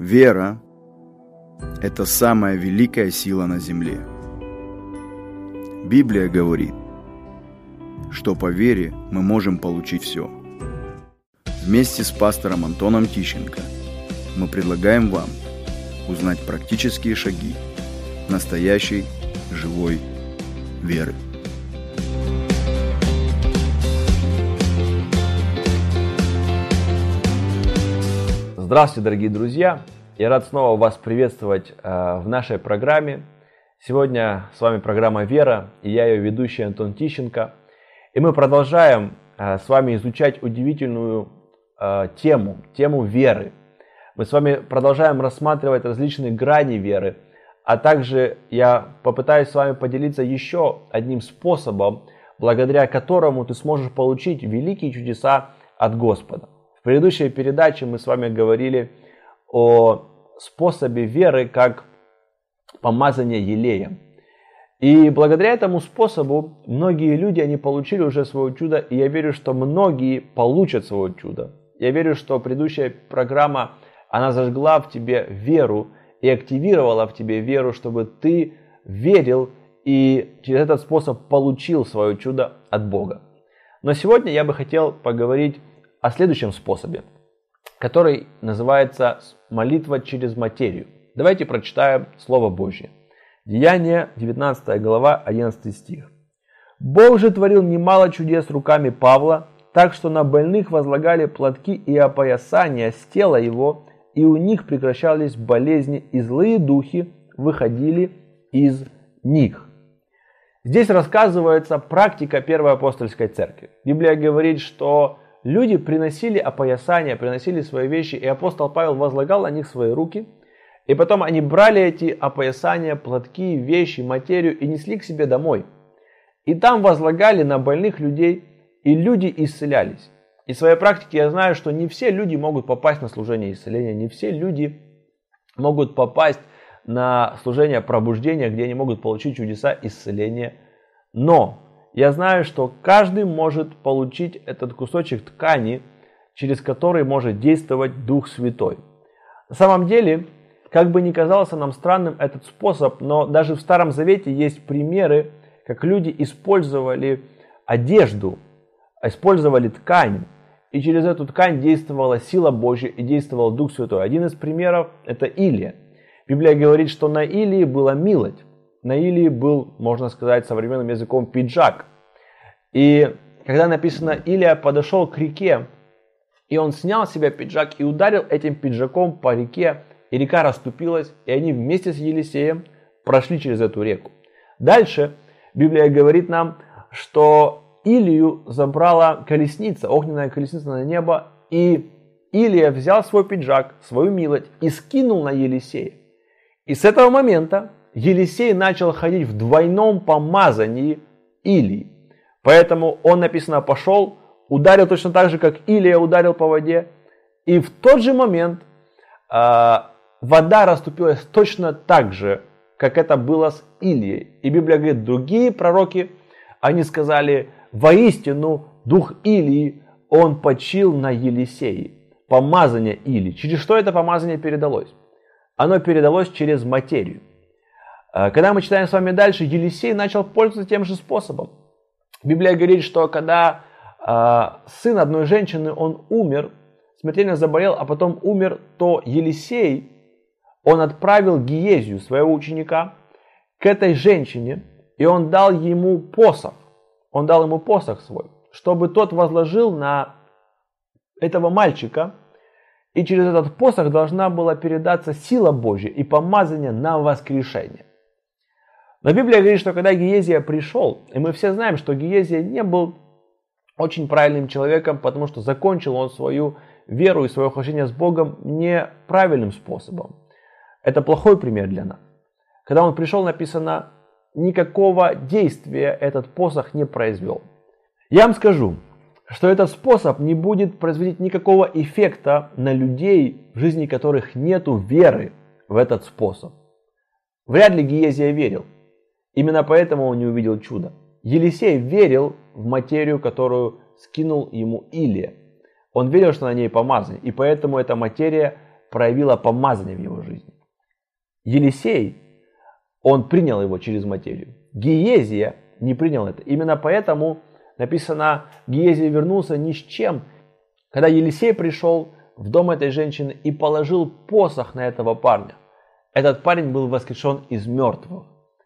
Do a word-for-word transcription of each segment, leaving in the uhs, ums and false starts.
Вера – это самая великая сила на земле. Библия говорит, что по вере мы можем получить все. Вместе с пастором Антоном Тищенко мы предлагаем вам узнать практические шаги настоящей живой веры. Здравствуйте, дорогие друзья! Я рад снова вас приветствовать э, в нашей программе. Сегодня с вами программа «Вера», и я ее ведущий Антон Тищенко. И мы продолжаем э, с вами изучать удивительную э, тему, тему веры. Мы с вами продолжаем рассматривать различные грани веры, а также я попытаюсь с вами поделиться еще одним способом, благодаря которому ты сможешь получить великие чудеса от Господа. В предыдущей передаче мы с вами говорили о способе веры как помазание елеем. И благодаря этому способу многие люди, они получили уже свое чудо, и я верю, что многие получат свое чудо. Я верю, что предыдущая программа, она зажгла в тебе веру и активировала в тебе веру, чтобы ты верил и через этот способ получил свое чудо от Бога. Но сегодня я бы хотел поговорить о следующем способе, который называется молитва через материю. Давайте прочитаем Слово Божье. Деяния, девятнадцатая глава, одиннадцатый стих. «Бог же творил немало чудес руками Павла, так что на больных возлагали платки и опоясания с тела его, и у них прекращались болезни, и злые духи выходили из них». Здесь рассказывается практика Первой апостольской церкви. Библия говорит, что люди приносили опоясания, приносили свои вещи, и апостол Павел возлагал на них свои руки, и потом они брали эти опоясания, платки, вещи, материю и несли к себе домой. И там возлагали на больных людей, и люди исцелялись. Из своей практики я знаю, что не все люди могут попасть на служение исцеления, не все люди могут попасть на служение пробуждения, где они могут получить чудеса исцеления. Но я знаю, что каждый может получить этот кусочек ткани, через который может действовать Дух Святой. На самом деле, как бы ни казался нам странным этот способ, но даже в Старом Завете есть примеры, как люди использовали одежду, использовали ткань, и через эту ткань действовала сила Божья и действовал Дух Святой. Один из примеров – это Илия. Библия говорит, что на Илии была милость. На Илии был, можно сказать, современным языком пиджак. И когда написано, Илия подошел к реке, и он снял с себя пиджак и ударил этим пиджаком по реке, и река расступилась, и они вместе с Елисеем прошли через эту реку. Дальше Библия говорит нам, что Илию забрала колесница, огненная колесница на небо, и Илия взял свой пиджак, свою милость и скинул на Елисея. И с этого момента Елисей начал ходить в двойном помазании Илии. Поэтому он, написано, пошел, ударил точно так же, как Илия ударил по воде. И в тот же момент э, вода расступилась точно так же, как это было с Илией. И Библия говорит, другие пророки, они сказали, воистину дух Илии, он почил на Елисее. Помазание Илии. Через что это помазание передалось? Оно передалось через материю. Когда мы читаем с вами дальше, Елисей начал пользоваться тем же способом. Библия говорит, что когда э, сын одной женщины, он умер, смертельно заболел, а потом умер, то Елисей, он отправил Гиезию, своего ученика, к этой женщине, и он дал ему посох. Он дал ему посох свой, чтобы тот возложил на этого мальчика, и через этот посох должна была передаться сила Божья и помазание на воскрешение. Но Библия говорит, что когда Гиезия пришел, и мы все знаем, что Гиезия не был очень правильным человеком, потому что закончил он свою веру и свое хождение с Богом неправильным способом. Это плохой пример для нас. Когда он пришел, написано, никакого действия этот посох не произвел. Я вам скажу, что этот способ не будет производить никакого эффекта на людей, в жизни которых нету веры в этот способ. Вряд ли Гиезия верил. Именно поэтому он не увидел чуда. Елисей верил в материю, которую скинул ему Илия. Он верил, что на ней помазание, и поэтому эта материя проявило помазание в его жизни. Елисей, он принял его через материю. Гиезия не принял это. Именно поэтому написано, Гиезия вернулся ни с чем. Когда Елисей пришел в дом этой женщины и положил посох на этого парня, этот парень был воскрешен из мертвых.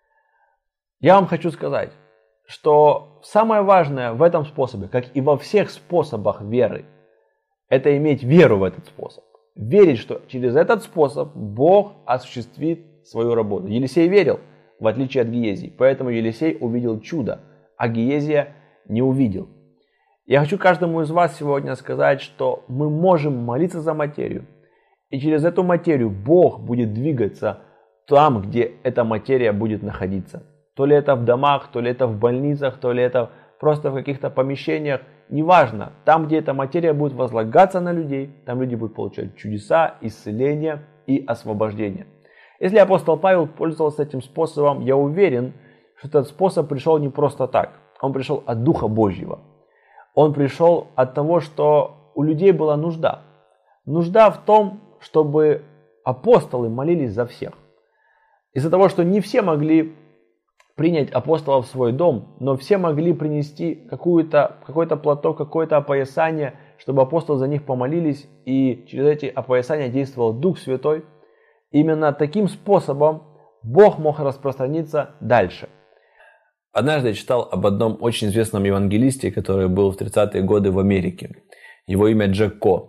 Я вам хочу сказать, что самое важное в этом способе, как и во всех способах веры, это иметь веру в этот способ. Верить, что через этот способ Бог осуществит свою работу. Елисей верил, в отличие от Гиезии. Поэтому Елисей увидел чудо, а Гиезия не увидел. Я хочу каждому из вас сегодня сказать, что мы можем молиться за материю. И через эту материю Бог будет двигаться там, где эта материя будет находиться. То ли это в домах, то ли это в больницах, то ли это просто в каких-то помещениях. Неважно, там, где эта материя будет возлагаться на людей, там люди будут получать чудеса, исцеления и освобождение. Если апостол Павел пользовался этим способом, я уверен, что этот способ пришел не просто так. Он пришел от Духа Божьего. Он пришел от того, что у людей была нужда. Нужда в том, чтобы апостолы молились за всех. Из-за того, что не все могли принять апостолов в свой дом, но все могли принести какую-то, какой-то платок, какое-то опоясание, чтобы апостолы за них помолились, и через эти опоясания действовал Дух Святой. Именно таким способом Бог мог распространиться дальше. Однажды я читал об одном очень известном евангелисте, который был в тридцатые годы в Америке. Его имя Джек Ко.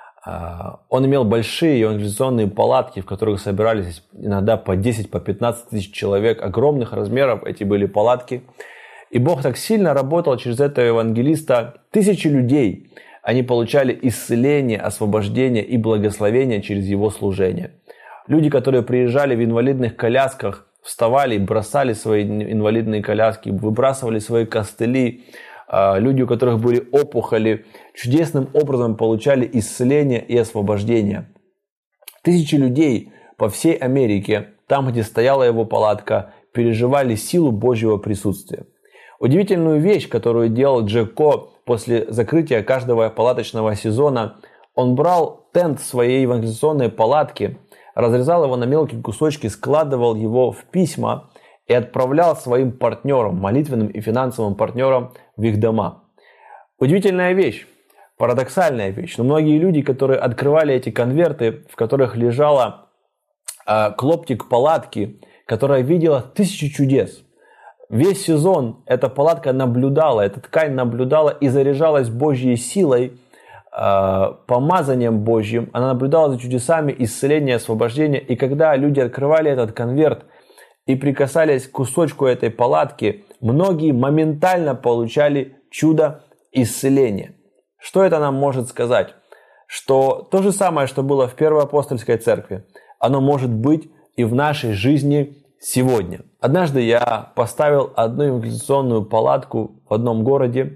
Он имел большие евангелизационные палатки, в которых собирались иногда по десять, по пятнадцать тысяч человек, огромных размеров эти были палатки. И Бог так сильно работал через этого евангелиста. Тысячи людей, они получали исцеление, освобождение и благословение через его служение. Люди, которые приезжали в инвалидных колясках, вставали и бросали свои инвалидные коляски, выбрасывали свои костыли. Люди, у которых были опухоли, чудесным образом получали исцеление и освобождение. Тысячи людей по всей Америке, там, где стояла его палатка, переживали силу Божьего присутствия. Удивительную вещь, которую делал Джек Ко после закрытия каждого палаточного сезона, он брал тент своей евангелизационной палатки, разрезал его на мелкие кусочки, складывал его в письма и отправлял своим партнерам, молитвенным и финансовым партнерам в их дома. Удивительная вещь, парадоксальная вещь, но многие люди, которые открывали эти конверты, в которых лежала э, клоптик палатки, которая видела тысячи чудес. Весь сезон эта палатка наблюдала, эта ткань наблюдала и заряжалась Божьей силой, э, помазанием Божьим. Она наблюдала за чудесами исцеления, освобождения. И когда люди открывали этот конверт и прикасались к кусочку этой палатки, многие моментально получали чудо исцеления. Что это нам может сказать? Что то же самое, что было в Первой апостольской церкви, оно может быть и в нашей жизни сегодня. Однажды я поставил одну евангелизационную палатку в одном городе,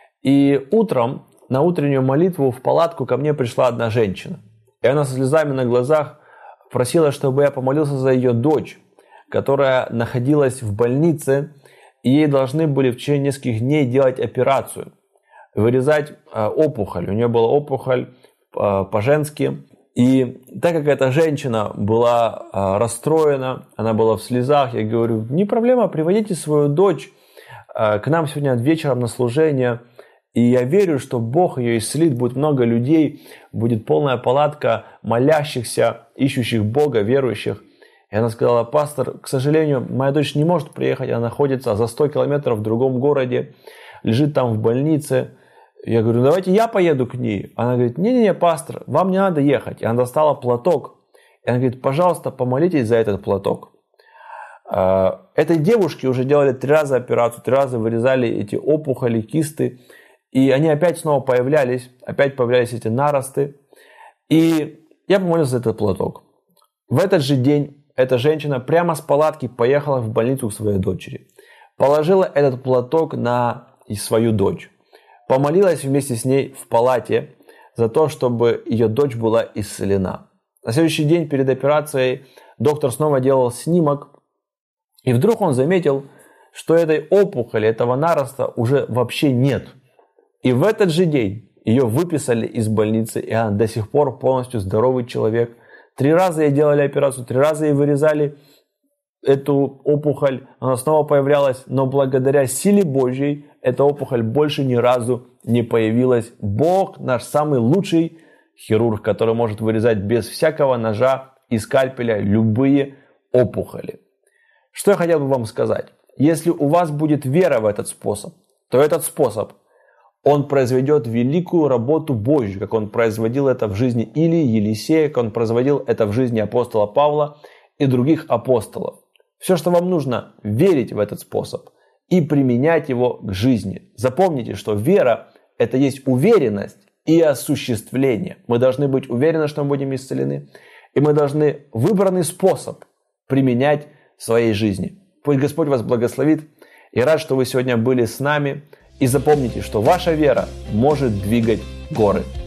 и утром на утреннюю молитву в палатку ко мне пришла одна женщина. И она со слезами на глазах просила, чтобы я помолился за ее дочь, которая находилась в больнице, и ей должны были в течение нескольких дней делать операцию, вырезать опухоль. У нее была опухоль по-женски. И так как эта женщина была расстроена, она была в слезах, я говорю, не проблема, приводите свою дочь к нам сегодня вечером на служение. И я верю, что Бог ее исцелит, будет много людей, будет полная палатка молящихся, ищущих Бога, верующих. И она сказала, пастор, к сожалению, моя дочь не может приехать, она находится за сто километров в другом городе, лежит там в больнице. Я говорю, давайте я поеду к ней. Она говорит, не-не-не, пастор, вам не надо ехать. И она достала платок. И она говорит, пожалуйста, помолитесь за этот платок. Этой девушке уже делали три раза операцию, три раза вырезали эти опухоли, кисты. И они опять снова появлялись, опять появлялись эти наросты. И я помолился за этот платок. В этот же день эта женщина прямо с палатки поехала в больницу к своей дочери. Положила этот платок на свою дочь. Помолилась вместе с ней в палате за то, чтобы ее дочь была исцелена. На следующий день перед операцией доктор снова делал снимок. И вдруг он заметил, что этой опухоли, этого нароста уже вообще нет. И в этот же день ее выписали из больницы, и она до сих пор полностью здоровый человек, Три раза ей делали операцию, три раза ей вырезали эту опухоль, она снова появлялась, но благодаря силе Божьей эта опухоль больше ни разу не появилась. Бог наш самый лучший хирург, который может вырезать без всякого ножа и скальпеля любые опухоли. Что я хотел бы вам сказать? Если у вас будет вера в этот способ, то этот способ, он произведет великую работу Божью, как он производил это в жизни Илии, Елисея, как он производил это в жизни апостола Павла и других апостолов. Все, что вам нужно, верить в этот способ и применять его к жизни. Запомните, что вера – это есть уверенность и осуществление. Мы должны быть уверены, что мы будем исцелены, и мы должны выбранный способ применять в своей жизни. Пусть Господь вас благословит. Я рад, что вы сегодня были с нами. И запомните, что ваша вера может двигать горы.